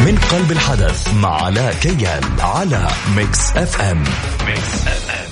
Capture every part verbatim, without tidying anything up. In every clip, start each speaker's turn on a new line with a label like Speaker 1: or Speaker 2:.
Speaker 1: من قلب الحدث مع علاء كيال على ميكس اف ام. ميكس اف ام.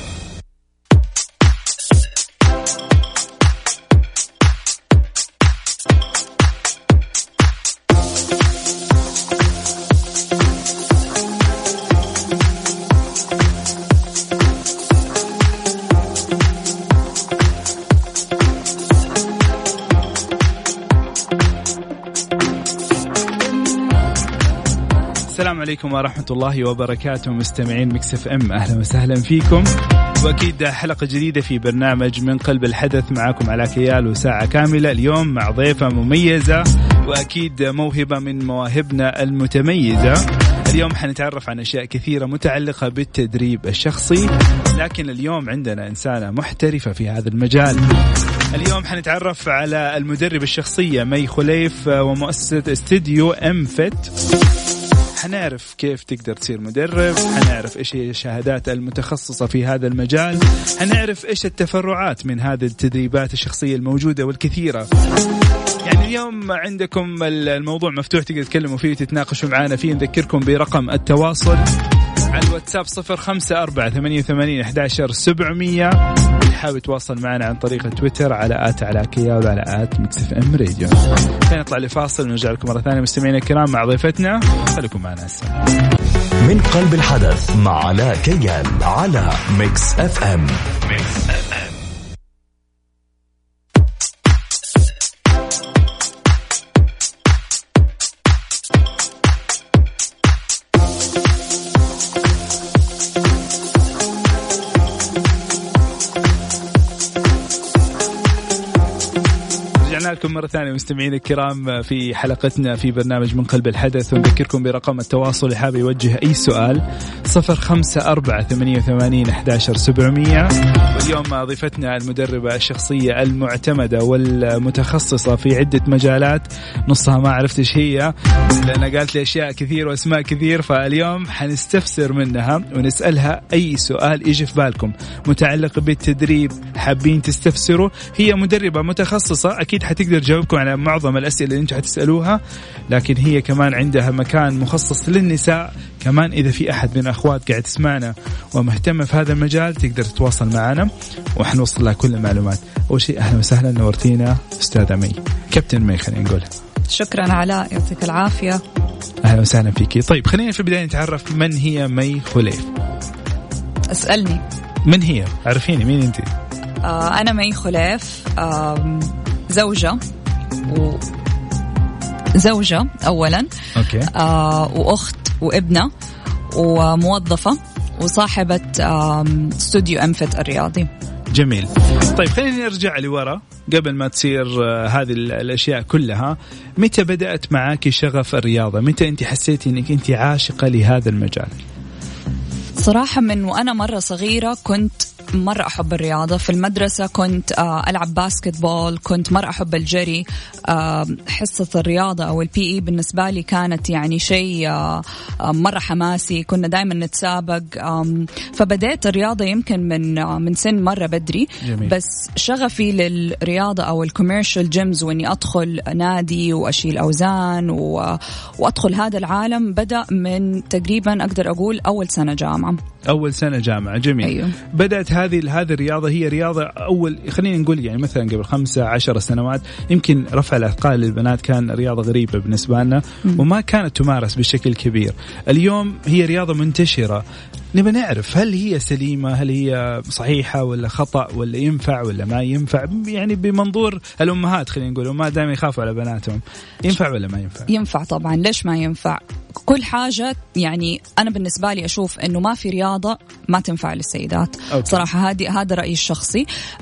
Speaker 2: السلام عليكم ورحمة الله وبركاته مستمعين ميكس اف ام، أهلا وسهلا فيكم، وأكيد حلقة جديدة في برنامج من قلب الحدث. معكم علاء كيال وساعة كاملة اليوم مع ضيفة مميزة وأكيد موهبة من مواهبنا المتميزة. اليوم حنتعرف عن أشياء كثيرة متعلقة بالتدريب الشخصي، لكن اليوم عندنا إنسانة محترفة في هذا المجال. اليوم حنتعرف على المدرب الشخصية مي خليف ومؤسسة استوديو ام فيت. حنعرف كيف تقدر تصير مدرب، حنعرف إيش هي الشهادات المتخصصة في هذا المجال، حنعرف إيش التفرعات من هذه التدريبات الشخصية الموجودة والكثيرة. يعني اليوم عندكم الموضوع مفتوح، تقدر تتكلموا فيه وتتناقشوا معنا فيه. نذكركم برقم التواصل على الواتساب صفر خمسة أربعة ثمانية وثمانين أحد عشر سبعمية. حاول تواصل معنا عن طريق تويتر على آت علاكية وعلى آت ميكس اف ام راديو. خلينا نطلع لفاصل ونرجع لكم مرة ثانية مستمعينا الكرام مع ضيفتنا. خليكم معنا هسه.
Speaker 1: من قلب الحدث مع علاء كيال على ميكس اف ام. ميكس اف ام.
Speaker 2: لكم مرة ثانية مستمعين الكرام في حلقتنا في برنامج من قلب الحدث، ونذكركم برقم التواصل اللي حاب يوجه أي سؤال صفر خمسة أربعة ثمانية وثمانين أحد عشر سبعمية. واليوم ضيفتنا المدربة الشخصية المعتمدة والمتخصصة في عدة مجالات، نصها ما عرفت إيش هي لأن قالت لي أشياء كثير وأسماء كثير، فاليوم حنستفسر منها ونسألها أي سؤال يجي في بالكم متعلق بالتدريب حابين تستفسروا. هي مدربة متخصصة، أكيد حتقدر تجاوبكم على معظم الأسئلة اللي أنتم حتسألوها، لكن هي كمان عندها مكان مخصص للنساء. كمان إذا في أحد من أخوات قاعد تسمعنا ومهتمة في هذا المجال تقدر تتواصل معنا وحنوصل لها كل المعلومات. أول شيء أهلا وسهلا، نورتينا أستاذة مي، كابتن مي خلينا نقول.
Speaker 3: شكرا علاء، يعطيك العافية.
Speaker 2: أهلا وسهلا فيكي. طيب خلينا في البداية نتعرف، من هي مي خليف؟
Speaker 3: اسألني
Speaker 2: من هي، عرفيني مين أنت؟
Speaker 3: آه أنا مي خليف، آه زوجة و... زوجة أولا،
Speaker 2: أوكي.
Speaker 3: آه وأخت وابنة وموظفة وصاحبة استوديو أنفت الرياضي.
Speaker 2: جميل. طيب خلينا نرجع لورا قبل ما تصير هذه الأشياء كلها. متى بدأت معاك شغف الرياضة؟ متى أنت حسيتي أنك أنت عاشقة لهذا المجال؟
Speaker 3: صراحة من وأنا مرة صغيرة كنت مرة أحب الرياضة. في المدرسة كنت ألعب باسكت بول، كنت مرة أحب الجري. حصة الرياضة أو البي إي بالنسبة لي كانت يعني شيء مرة حماسي، كنا دائما نتسابق. فبدأت الرياضة يمكن من من سن مرة بدري.
Speaker 2: جميل.
Speaker 3: بس شغفي للرياضة أو الكوميرشال جيمز وإني أدخل نادي وأشيل أوزان وأدخل هذا العالم بدأ من تقريبا أقدر أقول أول سنة جامعة.
Speaker 2: أول سنة جامعة. جميل.
Speaker 3: أيوه.
Speaker 2: بدأت هذه هذه الرياضة، هي رياضة أول خلينا نقول يعني مثلا قبل خمسة عشر سنوات يمكن رفع الأثقال للبنات كان رياضة غريبة بالنسبة لنا م. وما كانت تمارس بشكل كبير. اليوم هي رياضة منتشرة، نبي نعرف هل هي سليمة، هل هي صحيحة ولا خطأ، ولا ينفع ولا ما ينفع، يعني بمنظور الأمهات خلينا نقول، وما دائما يخافوا على بناتهم، ينفع ولا ما ينفع؟
Speaker 3: ينفع طبعا، ليش ما ينفع؟ كل حاجة يعني أنا بالنسبة لي أشوف إنه ما في رياضة ما تنفع للسيدات. أوكي. صراحة هذه هذا رأيي الشخصي.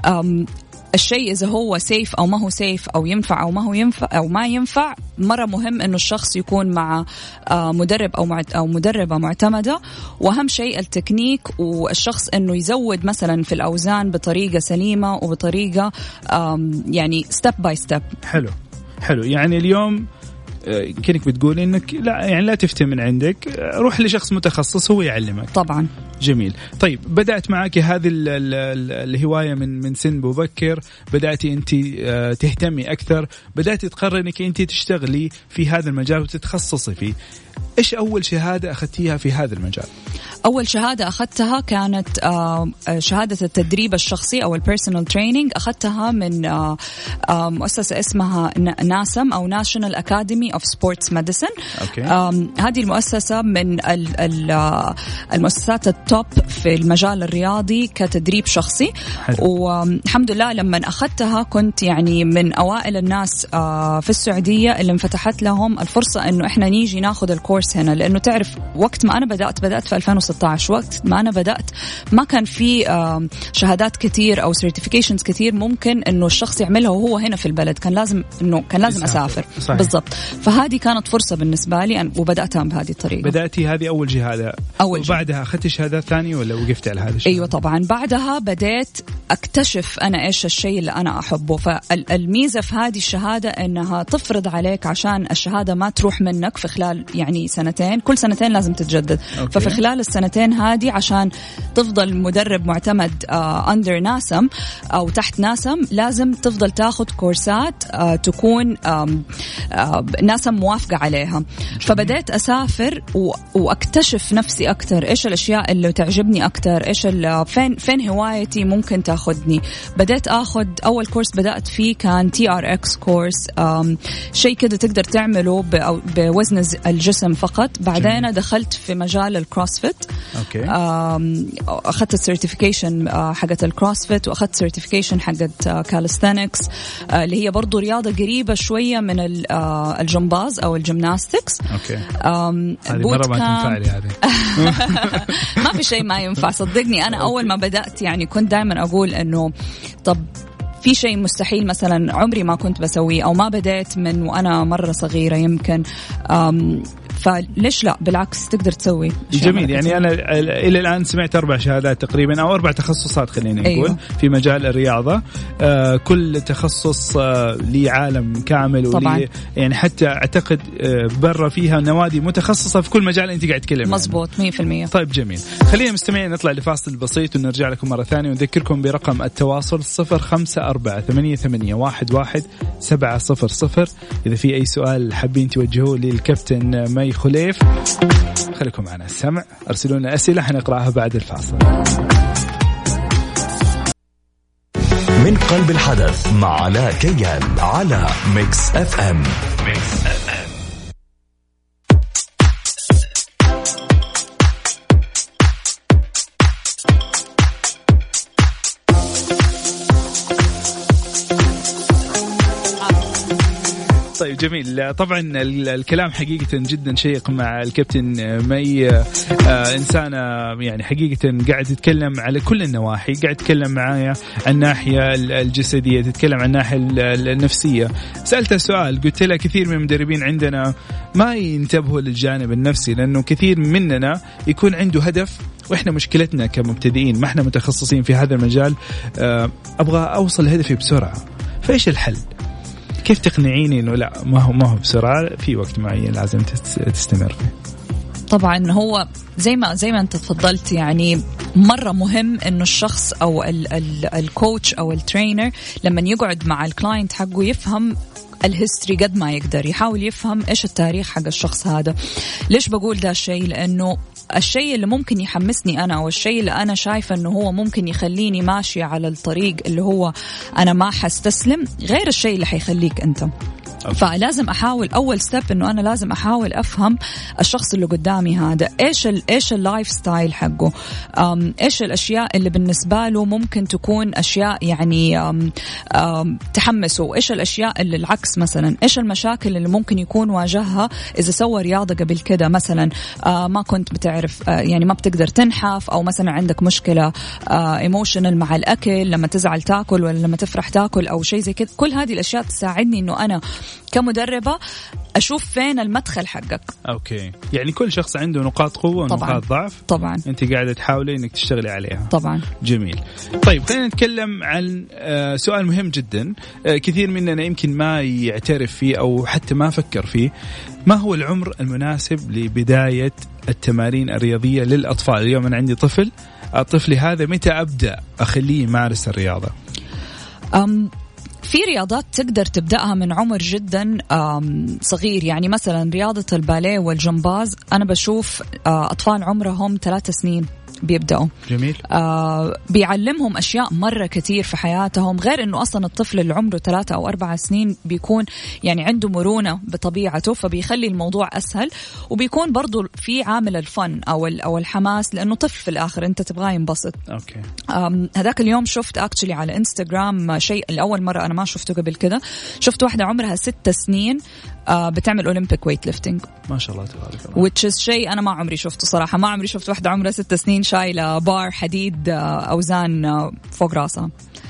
Speaker 3: الشيء إذا هو سيف أو ما هو سيف أو ينفع أو ما هو ينفع أو ما ينفع، مرة مهم إنه الشخص يكون مع مدرب أو أو مدربة معتمدة، وأهم شيء التكنيك، والشخص إنه يزود مثلا في الأوزان بطريقة سليمة وبطريقة يعني ستيب باي ستيب.
Speaker 2: حلو حلو. يعني اليوم كأنك بتقول إنك لا يعني لا تفتي من عندك، روح لشخص متخصص هو يعلمك.
Speaker 3: طبعا.
Speaker 2: جميل. طيب بدأت معك هذه ال ال ال الهواية من من سن مبكر، بدأتي أنت تهتمي أكثر، بدأتي تقرري إنك أنت تشتغلي في هذا المجال وتتخصصي فيه. إيش أول شهادة أخذتيها في هذا المجال؟
Speaker 3: أول شهادة أخذتها كانت شهادة التدريب الشخصي أو البيرسونال تريننج. أخذتها من مؤسسة اسمها ناسم أو National Academy of Sports Medicine. هذه المؤسسة من المؤسسات التوب في المجال الرياضي كتدريب شخصي. حلو. والحمد لله لما أخذتها كنت يعني من أوائل الناس في السعودية اللي انفتحت لهم الفرصة إنه إحنا نيجي ناخذ الكورس هنا، لأنه تعرف وقت ما أنا بدأت بدأت في ألفين وستة عشر، وقت ما أنا بدأت ما كان في شهادات كتير أو certifications كتير ممكن إنه الشخص يعملها وهو هنا في البلد، كان لازم إنه كان لازم أسافر. بالضبط. فهذه كانت فرصة بالنسبة لي وبدأتها بهذه الطريقة.
Speaker 2: بدأتي هذه أول شهادة، أول وبعدها أخذتي شهادات ثانية ولا وقفتي على هذا الشيء؟
Speaker 3: أيوة طبعا بعدها بدأت أكتشف أنا إيش الشيء اللي أنا أحبه. فالميزة في هذه الشهادة إنها تفرض عليك عشان الشهادة ما تروح منك في خلال يعني سنتين، كل سنتين لازم تتجدد. أوكي. ففي خلال السنتين هذه عشان تفضل مدرب معتمد أندر ناسم أو تحت ناسم لازم تفضل تاخد كورسات آه تكون آه آه ناسم موافقة عليها. فبدأت أسافر وأكتشف نفسي أكتر، إيش الأشياء اللي تعجبني أكتر، إيش فين فين هوايتي ممكن تاخدني. بدأت أخذ أول كورس بدأت فيه كان تي آر إكس كورس، شيء كده تقدر تعمله بوزن الجسم فقط. بعدين دخلت في مجال الكروسفيت. أوكي. أخذت السيرتيفيكيشن حقت الكروسفيت وأخذت سيرتيفيكيشن حقت كاليستانكس اللي هي برضو رياضة قريبة شوية من الجمباز أو الجيمناستكس.
Speaker 2: أوكي. هذه مرة ما تنفع لي هذه.
Speaker 3: ما في شيء ما ينفع صدقني. أنا أول ما بدأت يعني كنت دائما أقول إنه طب في شيء مستحيل مثلا عمري ما كنت بسويه أو ما بدأت من وأنا مرة صغيرة يمكن، فليش لا بالعكس تقدر تسوي.
Speaker 2: جميل. يعني أنا إلى الآن سمعت أربع شهادات تقريبا أو أربع تخصصات خلينا نقول. أيوة. في مجال الرياضة. آه كل تخصص آه لي عالم كامل ولي يعني حتى أعتقد آه برا فيها نوادي متخصصة في كل مجال أنت قاعد تكلم.
Speaker 3: مزبوط مية في المية.
Speaker 2: طيب جميل. خلينا مستمعين نطلع لفاصل بسيط ونرجع لكم مرة ثانية ونذكركم برقم التواصل صفر خمسة أربعة ثمانية ثمانية واحد واحد سبعة صفر صفر. إذا في أي سؤال حابين توجهوه للكابتن مي خليف خليكم معنا السمع، أرسلوا لنا أسئلة حنقرأها بعد الفاصل.
Speaker 1: من قلب الحدث مع علاء كيال على ميكس اف ام. ميكس اف ام.
Speaker 2: طيب جميل. طبعا الكلام حقيقة جدا شيق مع الكابتن مي. آه إنسانة يعني حقيقة قاعد تتكلم على كل النواحي، قاعد تتكلم معايا عن الناحية الجسدية، تتكلم عن الناحية النفسية. سألتها سؤال قلت لها كثير من المدربين عندنا ما ينتبهوا للجانب النفسي، لأنه كثير مننا يكون عنده هدف وإحنا مشكلتنا كمبتدئين ما إحنا متخصصين في هذا المجال. آه أبغى أوصل هدفي بسرعة، فإيش الحل؟ كيف تقنعيني إنه لا ما هو ما هو بسرعة، في وقت معين لازم تستمر فيه؟
Speaker 3: طبعا هو زي ما زي ما أنت تفضلت، يعني مرة مهم إنه الشخص أو ال ال الكوتش أو الترينر لما يقعد مع الكلاينت حقه يفهم الهيستوري قد ما يقدر، يحاول يفهم إيش التاريخ حق الشخص هذا. ليش بقول ده الشيء؟ لأنه الشيء اللي ممكن يحمسني أنا أو الشيء اللي أنا شايفة أنه هو ممكن يخليني ماشية على الطريق اللي هو أنا ما حستسلم غير الشيء اللي حيخليك أنت. فلازم أحاول أول ستيب إنه أنا لازم أحاول أفهم الشخص اللي قدامي هذا إيش ال إيش اللايف ستايل حقه، إيش الأشياء اللي بالنسبة له ممكن تكون أشياء يعني أم أم تحمسه، إيش الأشياء اللي العكس، مثلا إيش المشاكل اللي ممكن يكون واجهها إذا سوى رياضة قبل كده، مثلا ما كنت بتعرف يعني ما بتقدر تنحف، أو مثلا عندك مشكلة ايموشنال مع الأكل، لما تزعل تاكل ولا لما تفرح تاكل أو شيء زي كده. كل هذه الأشياء تساعدني إنه أنا كمدربة أشوف فين المدخل حقك.
Speaker 2: أوكي، يعني كل شخص عنده نقاط قوة ونقاط ضعف.
Speaker 3: طبعا
Speaker 2: أنت قاعدة تحاولي إنك تشتغلي عليها.
Speaker 3: طبعا.
Speaker 2: جميل. طيب خلينا نتكلم عن سؤال مهم جدا كثير مننا يمكن ما يعترف فيه أو حتى ما فكر فيه. ما هو العمر المناسب لبداية التمارين الرياضية للأطفال؟ اليوم أنا عندي طفل، الطفل هذا متى أبدأ أخليه يمارس الرياضة؟
Speaker 3: أم في رياضات تقدر تبدأها من عمر جدا صغير، يعني مثلا رياضة الباليه والجمباز أنا بشوف أطفال عمرهم ثلاث سنين بيبدأوا.
Speaker 2: جميل.
Speaker 3: آه بيعلمهم أشياء مرة كتير في حياتهم، غير أنه أصلا الطفل اللي عمره ثلاثة أو أربعة سنين بيكون يعني عنده مرونة بطبيعته، فبيخلي الموضوع أسهل، وبيكون برضو في عامل الفن أو أو الحماس، لأنه طفل في الآخر أنت تبغاه ينبسط.
Speaker 2: أوكي.
Speaker 3: هذاك اليوم شفت أكتشلي على إنستغرام شيء الأول مرة أنا ما شفته قبل كده، شفت واحدة عمرها ست سنين آه بتعمل أولمبيك ويت ليفتنج.
Speaker 2: ما شاء الله تبارك الله.
Speaker 3: which is شيء أنا ما عمري شفته صراحة، ما عمري شفت واحدة عمرها ست سنين شايلة بار حديد أوزان فوق راسها.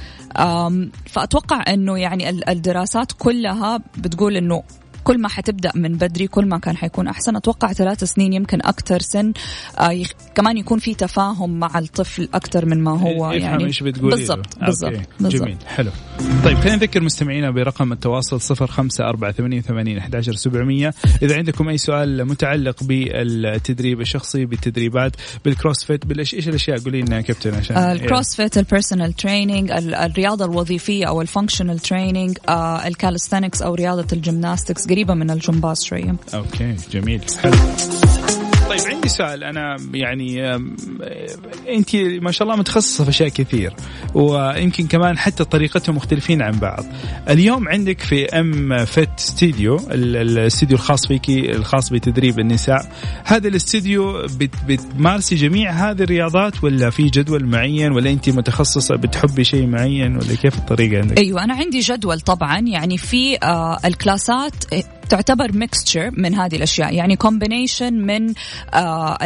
Speaker 3: فأتوقع أنه يعني الدراسات كلها بتقول أنه كل ما حتبدأ من بدري كل ما كان حيكون أحسن. أتوقع ثلاث سنين يمكن أكتر سن، آه يخ... كمان يكون في تفاهم مع الطفل أكتر من ما هو يعني بالضبط بالضبط.
Speaker 2: جميل حلو. طيب خلينا نذكر مستمعينا برقم التواصل صفر خمسة أربعة ثمانية ثمانين أحد عشر سبعمية إذا عندكم أي سؤال متعلق بالتدريب الشخصي، بالتدريبات، بالكروسفيت، بالإيش إيش الأشياء قولي لنا كابتن عشان
Speaker 3: آه الكروسفيت، البيرسونال تريننج، الرياضة الوظيفية أو الفانكشنال تريننج، آه الكاليستانكس أو رياضة الجيمناستكس قريبة من الجمباز شوية.
Speaker 2: أوكي جميل حلو. طيب عندي سؤال، أنا يعني أنت ما شاء الله متخصصة في أشياء كثير، ويمكن كمان حتى طريقتهم مختلفين عن بعض. اليوم عندك في أم فيت ستوديو، الاستوديو الخاص فيكي الخاص بتدريب النساء، هذا الاستوديو بتمارسي جميع هذه الرياضات ولا في جدول معين، ولا أنت متخصصة بتحبي شيء معين، ولا كيف الطريقة عندك؟
Speaker 3: أيوة أنا عندي جدول طبعا، يعني في آه الكلاسات تعتبر ميكستشر من هذه الأشياء، يعني كومبينيشن من آه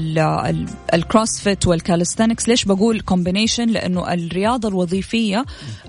Speaker 3: الكروسفيت والكاليستانكس. ليش بقول كومبينيشن؟ لأنه الرياضة الوظيفية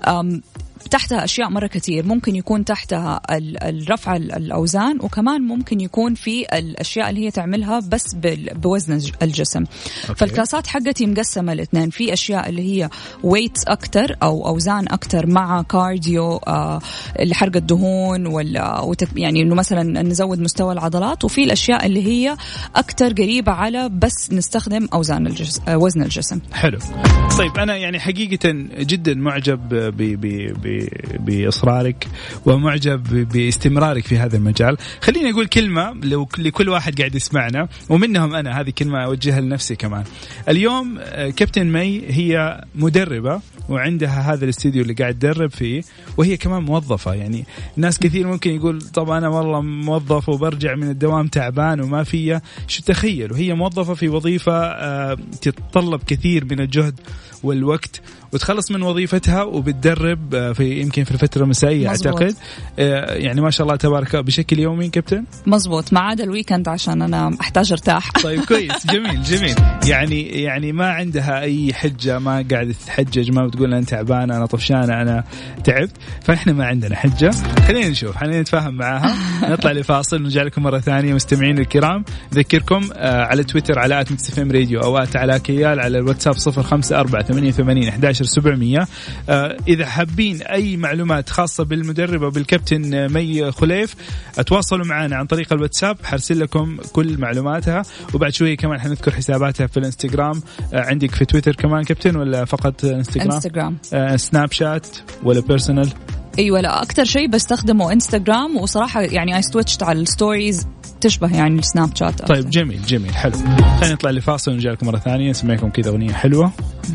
Speaker 3: تحتها أشياء مرة كتير، ممكن يكون تحتها الرفع الأوزان، وكمان ممكن يكون في الأشياء اللي هي تعملها بس بوزن الجسم. أوكي. فالكلاسات حقتي مقسمة الاثنين، في أشياء اللي هي ويتس أكتر أو أوزان أكتر مع كارديو آه لحرق الدهون، ولا يعني إنه مثلا نزود مستوى العضلات، وفي الأشياء اللي هي أكتر قريبة على بس نستخدم أوزان الجسم آه وزن الجسم.
Speaker 2: حلو. طيب أنا يعني حقيقة جدا معجب ب ب بإصرارك ومعجب باستمرارك في هذا المجال. خليني أقول كلمة لو لكل واحد قاعد يسمعنا ومنهم أنا، هذه كلمة أوجهها لنفسي كمان. اليوم كابتن مي هي مدربة وعندها هذا الاستديو اللي قاعد تدرب فيه، وهي كمان موظفة. يعني ناس كثير ممكن يقول طب أنا والله موظف وبرجع من الدوام تعبان وما فيها شو. تخيلوا هي موظفة في وظيفة تتطلب كثير من الجهد والوقت، وتخلص من وظيفتها وبتدرب في يمكن في الفترة المسائية أعتقد. يعني ما شاء الله تبارك الله بشكل يومي كابتن.
Speaker 3: مزبوط، ما عدا الويكند عشان أنا أحتاج أرتاح.
Speaker 2: طيب كويس جميل جميل. يعني يعني ما عندها أي حجة، ما قاعدة تتحجج، ما بتقول أنا تعبانة أنا طفشانة أنا تعبت، فإحنا ما عندنا حجة. خلينا نشوف، خلينا نتفاهم معاها. نطلع لفاصل ونرجع لكم مرة ثانية. مستمعين الكرام ذكركم على تويتر على آت ميكس إف إم راديو أو آت على كيال، على الواتساب صفر خمسة أربعة ثمانية ثمانين أحد عشر سبعمية. إذا حابين أي معلومات خاصة بالمدربة وبالكابتن مي خليف اتواصلوا معنا عن طريق الواتساب، حرسل لكم كل معلوماتها، وبعد شوية كمان حنذكر حساباتها في الانستغرام. عندك في تويتر كمان كابتن ولا فقط انستغرام؟
Speaker 3: انستغرام.
Speaker 2: آه سناب شات ولا بيرسونال؟
Speaker 3: ايوه لا اكثر شيء بستخدمه انستغرام، وصراحة يعني اي سويتشت على الستوريز تشبه يعني السناب شات أكثر.
Speaker 2: طيب جميل جميل حلو. خلينا نطلع لفاصل ونرجع لكم مرة ثانية، نسمعكم كذا أغنية حلوة.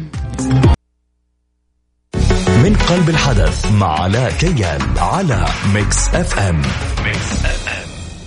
Speaker 1: من قلب الحدث مع علاء كيال على ميكس اف ام. ميكس اف ام.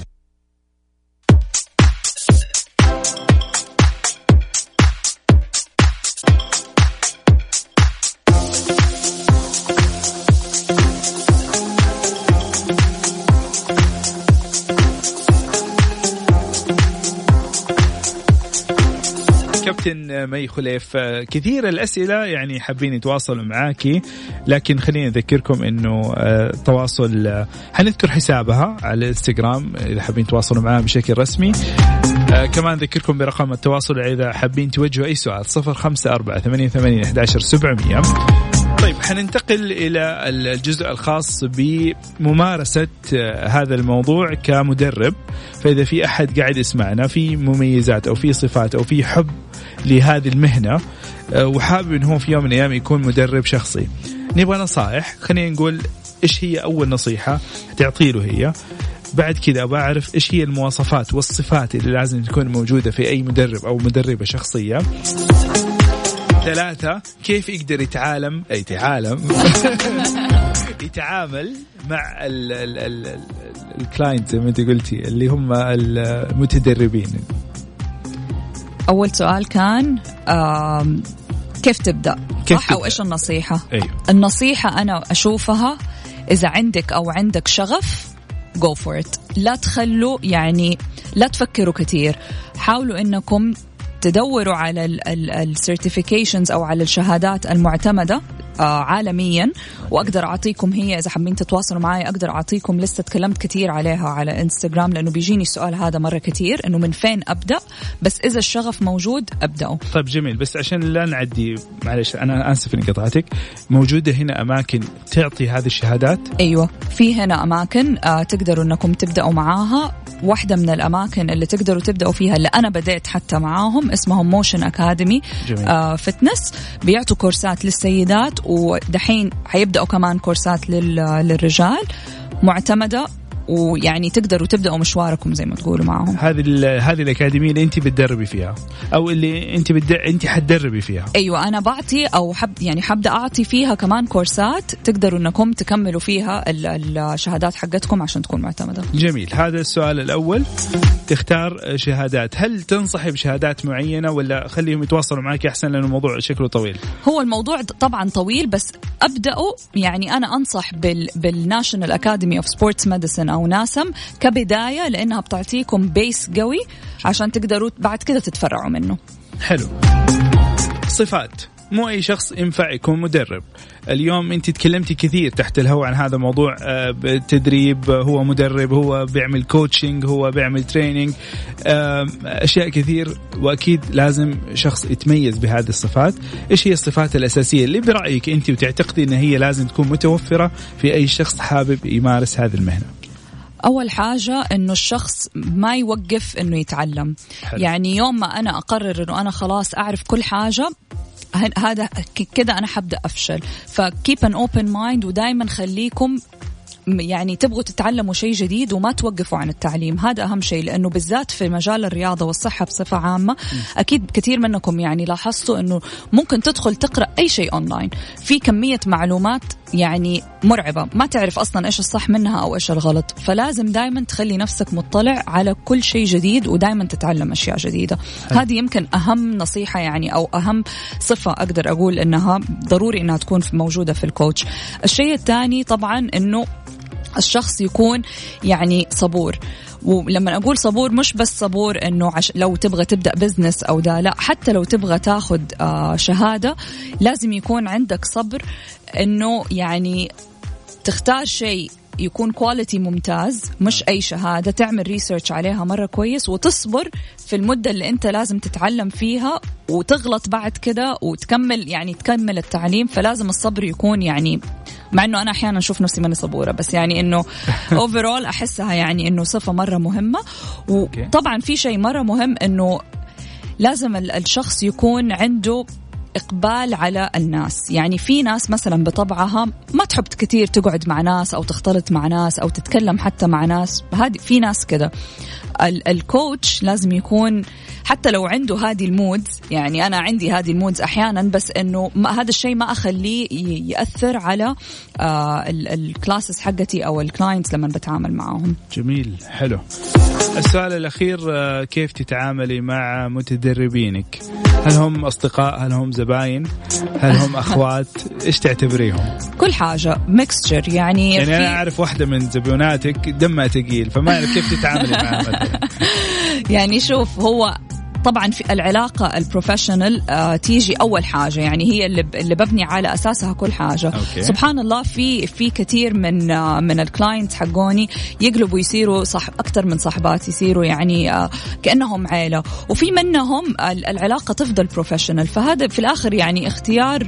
Speaker 2: كابتن مي خليف، كثير الأسئلة يعني حابين يتواصلوا معاكي، لكن خليني أذكركم إنه التواصل حنذكر حسابها على الانستغرام إذا حابين تواصلوا معها بشكل رسمي. كمان ذكركم برقم التواصل إذا حابين توجهوا أي سؤال صفر خمسة أربعة ثمانية ثمانين أحد عشر سبعمية. طيب حننتقل إلى الجزء الخاص بممارسة هذا الموضوع كمدرب. فإذا في أحد قاعد يسمعنا في مميزات أو في صفات أو في حب لهذه المهنة وحابب إنه هو في يوم من الأيام يكون مدرب شخصي، نبغى نصائح. خلينا نقول إيش هي أول نصيحة تعطي له هي؟ بعد كذا أبغى أعرف إيش هي المواصفات والصفات اللي لازم تكون موجودة في أي مدرب أو مدربة شخصية. ثلاثة، كيف يقدر يتعالم أي يتعالم يتعامل مع الكلاينت زي ما أنت قلتي اللي هم المتدربين.
Speaker 3: أول سؤال كان كيف تبدأ
Speaker 2: كيف
Speaker 3: صح تبدأ؟ أو إيش النصيحة؟
Speaker 2: أيوه.
Speaker 3: النصيحة أنا أشوفها إذا عندك أو عندك شغف go for it. لا تخلوا يعني لا تفكروا كتير، حاولوا إنكم تدوروا على السيرتيفيكيشنز أو على الشهادات المعتمدة آه عالميا، وأقدر أعطيكم هي إذا حابين تتواصلوا معي أقدر أعطيكم لسه تكلمت كتير عليها على إنستغرام لأنه بيجيني السؤال هذا مرة كتير إنه من فين أبدأ، بس إذا الشغف موجود أبدأه.
Speaker 2: طيب جميل، بس عشان لا نعدي معلش أنا آسف إني قطعتك، موجودة هنا أماكن تعطي هذه الشهادات؟
Speaker 3: أيوة في هنا أماكن آه تقدروا إنكم تبدأوا معاها. واحدة من الأماكن اللي تقدروا تبدأوا فيها اللي أنا بدأت حتى معاهم اسمهم موشن أكاديمي آه فتنس، بيعطوا كورسات للسيدات ودحين حيبدأوا كمان كورسات للرجال معتمدة، ويعني تقدروا تبدأوا مشواركم زي ما تقولوا معهم.
Speaker 2: هذه هذه الأكاديمية اللي أنت بتدربي فيها أو اللي أنت بد... أنت حتدربي فيها؟
Speaker 3: أيوة أنا بعطي أو حب يعني حبدأ أعطي فيها كمان كورسات تقدروا أنكم تكملوا فيها الشهادات حقتكم عشان تكون معتمدة.
Speaker 2: جميل، هذا السؤال الأول. تختار شهادات، هل تنصحي بشهادات معينة ولا خليهم يتواصلوا معك أحسن لأنه الموضوع شكله طويل؟
Speaker 3: هو الموضوع طبعا طويل، بس أبدأوا يعني أنا أنصح بال بالناشونال أكاديمي أوف سبورتس ميديسن أو ناسم كبداية، لأنها بتعطيكم بيس قوي عشان تقدروا بعد كده تتفرعوا منه.
Speaker 2: حلو. صفات، مو أي شخص ينفع يكون مدرب. اليوم أنت تكلمتي كثير تحت الهواء عن هذا الموضوع، التدريب، هو مدرب، هو بيعمل كوتشنج، هو بيعمل تريننج، أشياء كثير، وأكيد لازم شخص يتميز بهذه الصفات. إيش هي الصفات الأساسية اللي برأيك أنت وتعتقدي أن هي لازم تكون متوفرة في أي شخص حابب يمارس هذه المهنة؟
Speaker 3: أول حاجة إنه الشخص ما يوقف إنه يتعلم. حلو. يعني يوم ما أنا أقرر إنه أنا خلاص أعرف كل حاجة هذا كده أنا حبدأ أفشل. فkeep an open mind ودايما خليكم يعني تبغوا تتعلموا شيء جديد وما توقفوا عن التعليم، هذا أهم شيء، لأنه بالذات في مجال الرياضة والصحة بصفة عامة أكيد كثير منكم يعني لاحظتوا أنه ممكن تدخل تقرأ أي شيء أونلاين، في كمية معلومات يعني مرعبة ما تعرف أصلا إيش الصح منها أو إيش الغلط. فلازم دايما تخلي نفسك مطلع على كل شيء جديد ودايما تتعلم أشياء جديدة. هذه يمكن أهم نصيحة يعني أو أهم صفة أقدر أقول أنها ضروري أنها تكون موجودة في الكوتش. الشيء الثاني طبعا أنه الشخص يكون يعني صبور. ولما أقول صبور مش بس صبور إنه عش... لو تبغى تبدأ بزنس أو ده، لا، حتى لو تبغى تاخد آه شهادة لازم يكون عندك صبر إنه يعني تختار شيء يكون كواليتي ممتاز، مش أي شهادة، تعمل ريسيرش عليها مرة كويس وتصبر في المدة اللي أنت لازم تتعلم فيها وتغلط بعد كده وتكمل يعني تكمل التعليم. فلازم الصبر يكون يعني، مع أنه أنا أحيانا أشوف نفسي ماني صبورة، بس يعني أنه overall أحسها يعني أنه صفة مرة مهمة. وطبعا في شيء مرة مهم أنه لازم الشخص يكون عنده إقبال على الناس. يعني في ناس مثلا بطبعها ما تحب كتير تقعد مع ناس أو تختلط مع ناس أو تتكلم حتى مع ناس، هذه في ناس كده. الكوتش لازم يكون حتى لو عنده هذه المودز، يعني أنا عندي هذه المودز أحيانا، بس إنه هذا الشيء ما أخليه يأثر على آه الكلاسز حقتي أو الكلاينتس لما بتعامل معهم.
Speaker 2: جميل، حلو. السؤال الأخير، آه كيف تتعاملي مع متدربينك؟ هل هم أصدقاء؟ هل هم زباين؟ هل هم أخوات؟ إيش تعتبريهم؟
Speaker 3: كل حاجة ميكستشر يعني.
Speaker 2: يعني أنا أعرف واحدة من زبوناتك دمها تقيل، فما أعرف كيف تتعاملي معها.
Speaker 3: يعني شوف، هو طبعا في العلاقة البروفيشنال آه تيجي أول حاجة، يعني هي اللي اللي ببني على أساسها كل حاجة. أوكي. سبحان الله في في كثير من آه من الكلاينتس حقوني يقلبوا يصيروا صح أكتر من صاحبات، يصيروا يعني آه كأنهم عائلة، وفي منهم العلاقة تفضل بروفيشنال. فهذا في الآخر يعني اختيار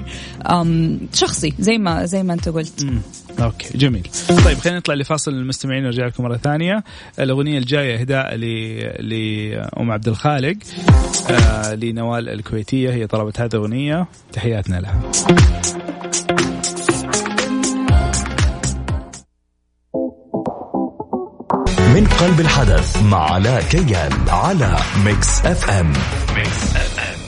Speaker 3: شخصي زي ما زي ما أنت قلت.
Speaker 2: م. اوكي جميل. طيب خلينا نطلع لفاصل المستمعين ونرجع لكم مره ثانيه. الاغنيه الجايه اهداء لام عبد الخالق آه لنوال الكويتيه، هي طلبت هذه الاغنيه، تحياتنا لها.
Speaker 1: من قلب الحدث مع علاء كيال على ميكس اف ام. ميكس اف ام.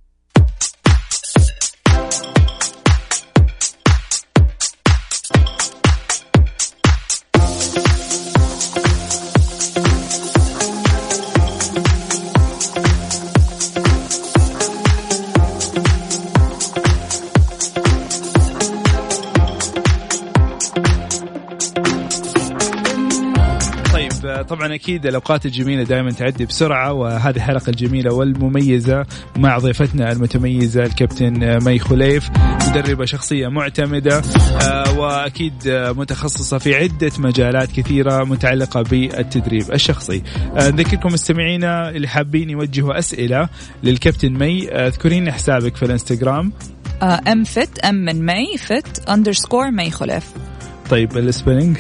Speaker 2: طبعا أكيد الأوقات الجميلة دائما تعدي بسرعة، وهذه الحلقة الجميلة والمميزة مع ضيفتنا المتميزة الكابتن مي خليف، مدربة شخصية معتمدة وأكيد متخصصة في عدة مجالات كثيرة متعلقة بالتدريب الشخصي. نذكركم مستمعينا اللي حابين يوجهوا أسئلة للكابتن مي، اذكرين حسابك في الانستغرام
Speaker 3: ام فت ام من مي فت اندرسكور مي خليف.
Speaker 2: طيب الاسبلينج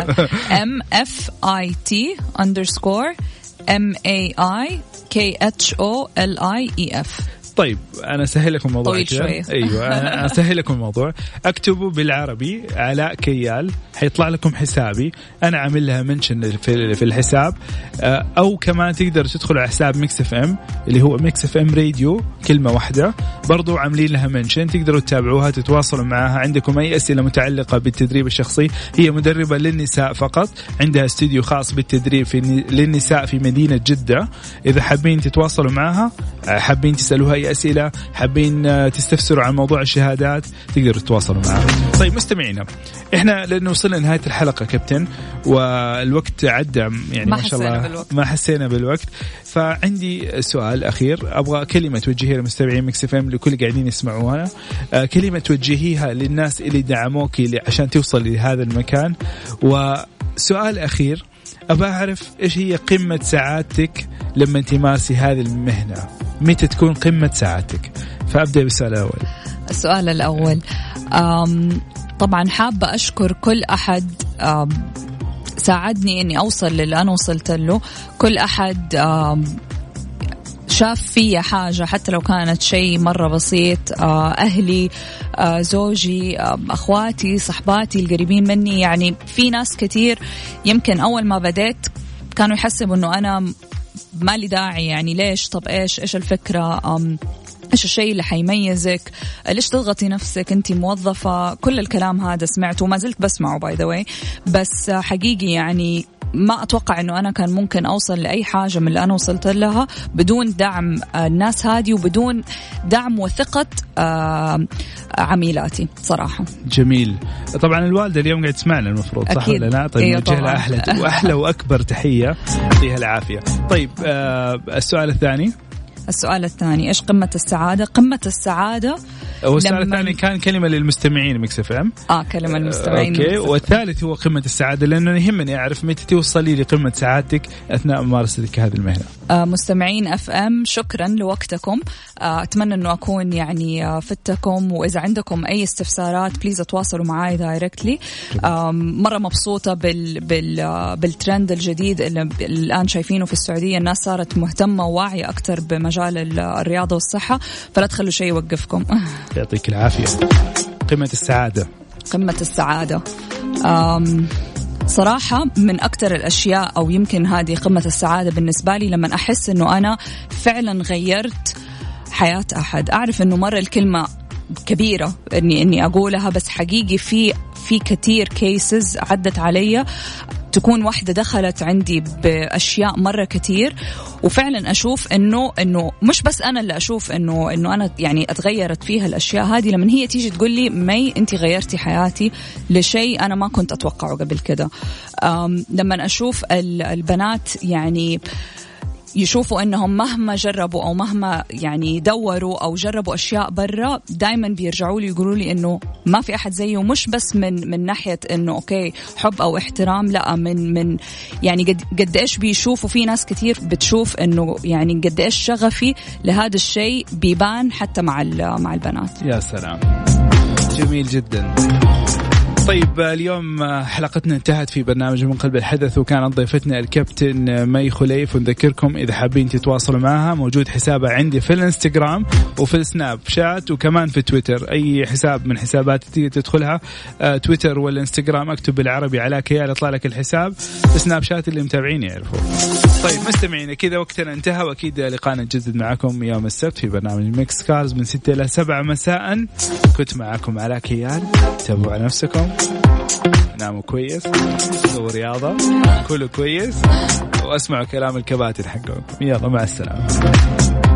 Speaker 3: ام اف اي تي اندرسكور ام اي اي كي اتش او ال اي اي اف.
Speaker 2: طيب أنا أسهل لكم الموضوع
Speaker 3: طويل شوية.
Speaker 2: أيوة أنا أسهل لكم الموضوع. اكتبوا بالعربي علاء كيال، حيطلع لكم حسابي، أنا عامل لها منشن في في الحساب، أو كمان تقدر تدخل على حساب ميكس اف ام اللي هو ميكس اف ام راديو كلمة واحدة، برضو عاملين لها منشن، تقدروا تتابعوها تتواصلوا معها. عندكم أي أسئلة متعلقة بالتدريب الشخصي، هي مدربة للنساء فقط، عندها استوديو خاص بالتدريب في للنساء في مدينة جدة. إذا حابين تتواصلوا معها، حابين تسألوها أي أسئلة، حابين تستفسروا عن موضوع الشهادات، تقدروا تتواصلوا معها. طيب مستمعينا، إحنا لأنه وصلنا لنهاية الحلقة كابتن والوقت عدى يعني ما, ما شاء الله بالوقت. ما حسينا بالوقت. فعندي سؤال أخير، أبغى كلمة توجهيها للمستمعين ميكس اف ام اللي كل قاعدين يسمعوها، كلمة توجهيها للناس اللي دعموكي عشان توصل لهذا المكان. وسؤال أخير، أبغى أعرف إيش هي قمة سعادتك لما تمارسي هذه المهنة، متى تكون قمة سعادتك؟ فأبدأ بالسؤال الأول.
Speaker 3: السؤال الأول طبعا حابة أشكر كل أحد ساعدني إني أوصل للي أنا وصلت له، كل أحد شاف فيا حاجة حتى لو كانت شيء مرة بسيط، أهلي، زوجي، أخواتي، صحباتي القريبين مني. يعني في ناس كتير يمكن أول ما بديت كانوا يحسبوا أنه أنا ما لي داعي، يعني ليش، طب إيش إيش الفكرة، إيش الشيء اللي حيميزك، ليش تضغطي نفسك، أنتي موظفة، كل الكلام هذا سمعته وما زلت بسمعه باي ذا واي. بس حقيقي يعني ما أتوقع أنه أنا كان ممكن أوصل لأي حاجة من اللي أنا وصلت لها بدون دعم الناس هذه وبدون دعم وثقة عميلاتي صراحة.
Speaker 2: جميل. طبعا الوالدة اليوم قاعد تسمعنا المفروض، صح ولا لا؟ طيب إيه نوجه لها أحلى وأحلى وأكبر تحية، يعطيها العافية. طيب آه السؤال الثاني.
Speaker 3: السؤال الثاني إيش قمة السعادة؟ قمة السعادة
Speaker 2: هو السؤال الثاني كان كلمة للمستمعين ميكس اف ام.
Speaker 3: اه كلمة للمستمعين.
Speaker 2: اوكي. والثالث هو قمة السعادة، لأنه يهمني أعرف متى توصلي لقمة سعادتك أثناء ممارستك هذه المهنة.
Speaker 3: آه مستمعين اف ام، شكرا لوقتكم. آه أتمنى إنه أكون يعني آه فتكم، وإذا عندكم أي استفسارات بليز أتواصلوا معاي دايركتلي. آه مرة مبسوطة بال بال آه بالترند الجديد اللي الآن شايفينه في السعودية، الناس صارت مهتمة وواعية أكتر بمجال الرياضة والصحة، فلا تخلوا شيء يوقفكم.
Speaker 2: يعطيك العافية. قمة السعادة.
Speaker 3: قمة السعادة أم صراحة من أكتر الأشياء، أو يمكن هذه قمة السعادة بالنسبة لي، لما أحس أنه أنا فعلا غيرت حياة أحد. أعرف أنه مرة الكلمة كبيرة إني إني أقولها، بس حقيقي في في كتير كيسز عدت علي تكون واحدة دخلت عندي بأشياء مرة كتير، وفعلا أشوف إنه إنه مش بس أنا اللي أشوف إنه إنه أنا يعني أتغيرت فيها الأشياء هذه، لما هي تيجي تقول لي مي أنت غيرتي حياتي لشيء أنا ما كنت أتوقعه قبل كده. لما أشوف البنات يعني يشوفوا أنهم مهما جربوا أو مهما يعني دوروا أو جربوا أشياء برا، دايما بيرجعوا لي يقولوا لي أنه ما في أحد زيه، مش بس من من ناحية أنه أوكي حب أو احترام، لا من من يعني قد قد إيش بيشوفوا. في ناس كتير بتشوف أنه يعني قد إيش شغفي لهذا الشيء بيبان حتى مع مع البنات.
Speaker 2: يا سلام، جميل جدا. طيب اليوم حلقتنا انتهت في برنامج من قلب الحدث، وكانت ضيفتنا الكابتن مي خليف. ونذكركم إذا حابين تتواصلوا معها موجود حسابها عندي في الانستغرام وفي السناب شات وكمان في تويتر. أي حساب من حساباتي تدخلها تويتر والانستغرام اكتب بالعربي على كيال يطلع لك الحساب. السناب شات اللي متابعين يعرفوا. طيب مستمعين كذا وقتنا انتهى، وأكيد لقانا نجدد معكم يوم السبت في برنامج ميكس كارز من ستة إلى سبعة مساء. كنت معكم على كيال. تابعوا على نفسكم، ناموا كويس، سووا رياضة، كلوا كويس، واسمعوا كلام الكباتن حقكم. يلا مع السلامة.